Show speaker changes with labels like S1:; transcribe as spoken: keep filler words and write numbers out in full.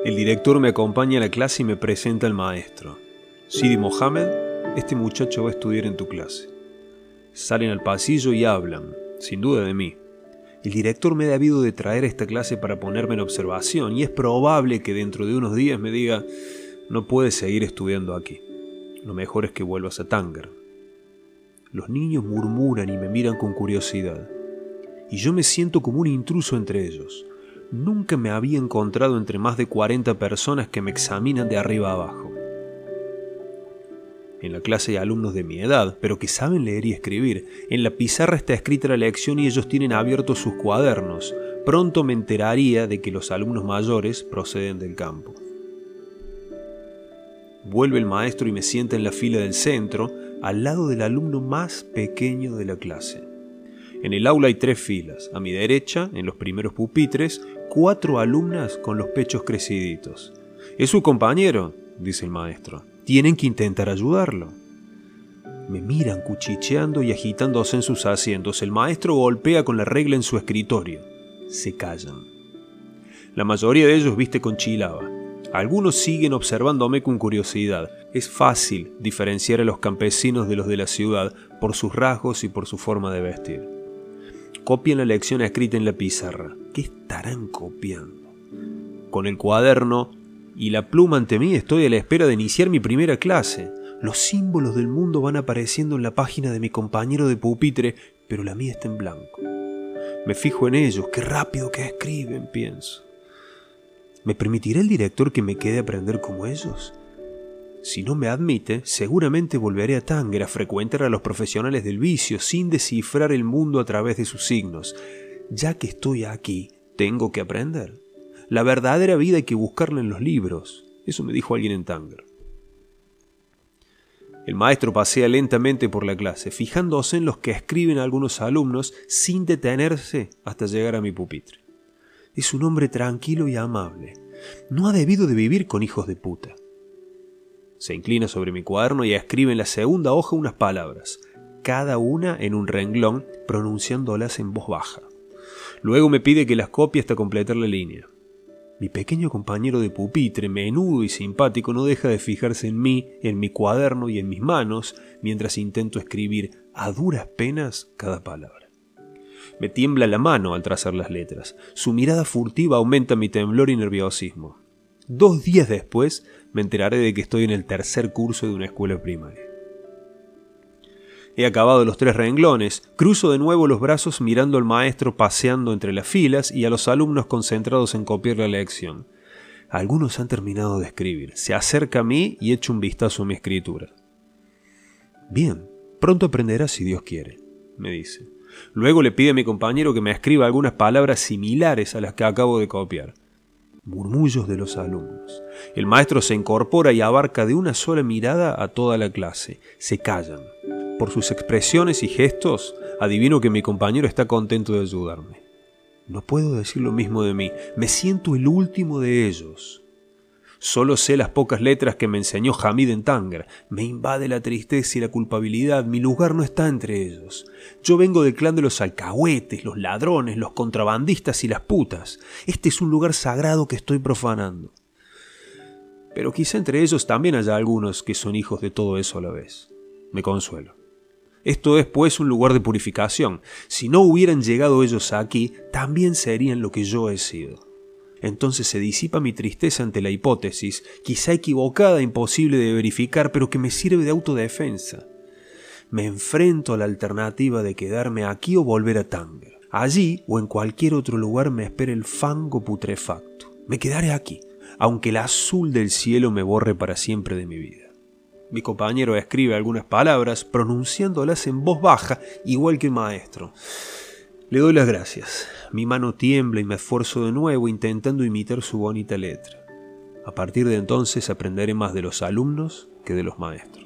S1: El director me acompaña a la clase y me presenta al maestro. Sidi Mohamed, este muchacho va a estudiar en tu clase. Salen al pasillo y hablan, sin duda de mí. El director me ha debido de traer a esta clase para ponerme en observación y es probable que dentro de unos días me diga: no puedes seguir estudiando aquí. Lo mejor es que vuelvas a Tánger. Los niños murmuran y me miran con curiosidad. Y yo me siento como un intruso entre ellos. Nunca me había encontrado entre más de cuarenta personas que me examinan de arriba abajo. En la clase hay alumnos de mi edad, pero que saben leer y escribir. En la pizarra está escrita la lección y ellos tienen abiertos sus cuadernos. Pronto me enteraría de que los alumnos mayores proceden del campo. Vuelve el maestro y me sienta en la fila del centro, al lado del alumno más pequeño de la clase. En el aula hay tres filas. A mi derecha, en los primeros pupitres, cuatro alumnas con los pechos creciditos. «Es su compañero», dice el maestro. «Tienen que intentar ayudarlo». Me miran cuchicheando y agitándose en sus asientos. El maestro golpea con la regla en su escritorio. Se callan. La mayoría de ellos viste con chilaba. Algunos siguen observándome con curiosidad. Es fácil diferenciar a los campesinos de los de la ciudad por sus rasgos y por su forma de vestir. Copian la lección escrita en la pizarra. ¿Qué estarán copiando? Con el cuaderno y la pluma ante mí estoy a la espera de iniciar mi primera clase. Los símbolos del mundo van apareciendo en la página de mi compañero de pupitre, pero la mía está en blanco. Me fijo en ellos. ¡Qué rápido que escriben!, pienso. ¿Me permitirá el director que me quede a aprender como ellos? Si no me admite, seguramente volveré a Tánger a frecuentar a los profesionales del vicio sin descifrar el mundo a través de sus signos. Ya que estoy aquí, tengo que aprender. La verdadera vida hay que buscarla en los libros. Eso me dijo alguien en Tánger. El maestro pasea lentamente por la clase, fijándose en los que escriben algunos alumnos sin detenerse hasta llegar a mi pupitre. Es un hombre tranquilo y amable. No ha debido de vivir con hijos de puta. Se inclina sobre mi cuaderno y escribe en la segunda hoja unas palabras, cada una en un renglón, pronunciándolas en voz baja. Luego me pide que las copie hasta completar la línea. Mi pequeño compañero de pupitre, menudo y simpático, no deja de fijarse en mí, en mi cuaderno y en mis manos, mientras intento escribir a duras penas cada palabra. Me tiembla la mano al trazar las letras. Su mirada furtiva aumenta mi temblor y nerviosismo. Dos días después me enteraré de que estoy en el tercer curso de una escuela primaria. He acabado los tres renglones, cruzo de nuevo los brazos mirando al maestro paseando entre las filas y a los alumnos concentrados en copiar la lección. Algunos han terminado de escribir. Se acerca a mí y echo un vistazo a mi escritura. «Bien, pronto aprenderás si Dios quiere», me dice. Luego le pide a mi compañero que me escriba algunas palabras similares a las que acabo de copiar. Murmullos de los alumnos. El maestro se incorpora y abarca de una sola mirada a toda la clase. Se callan. Por sus expresiones y gestos, adivino que mi compañero está contento de ayudarme. No puedo decir lo mismo de mí. Me siento el último de ellos. Solo sé las pocas letras que me enseñó Hamid en Tánger. Me invade la tristeza y la culpabilidad. Mi lugar no está entre ellos. Yo vengo del clan de los alcahuetes, los ladrones, los contrabandistas y las putas. Este es un lugar sagrado que estoy profanando. Pero quizá entre ellos también haya algunos que son hijos de todo eso a la vez. Me consuelo. Esto es, pues, un lugar de purificación. Si no hubieran llegado ellos aquí, también serían lo que yo he sido. Entonces se disipa mi tristeza ante la hipótesis, quizá equivocada, imposible de verificar, pero que me sirve de autodefensa. Me enfrento a la alternativa de quedarme aquí o volver a Tánger. Allí o en cualquier otro lugar me espera el fango putrefacto. Me quedaré aquí, aunque el azul del cielo me borre para siempre de mi vida. Mi compañero escribe algunas palabras, pronunciándolas en voz baja, igual que el maestro. Le doy las gracias. Mi mano tiembla y me esfuerzo de nuevo intentando imitar su bonita letra. A partir de entonces aprenderé más de los alumnos que de los maestros.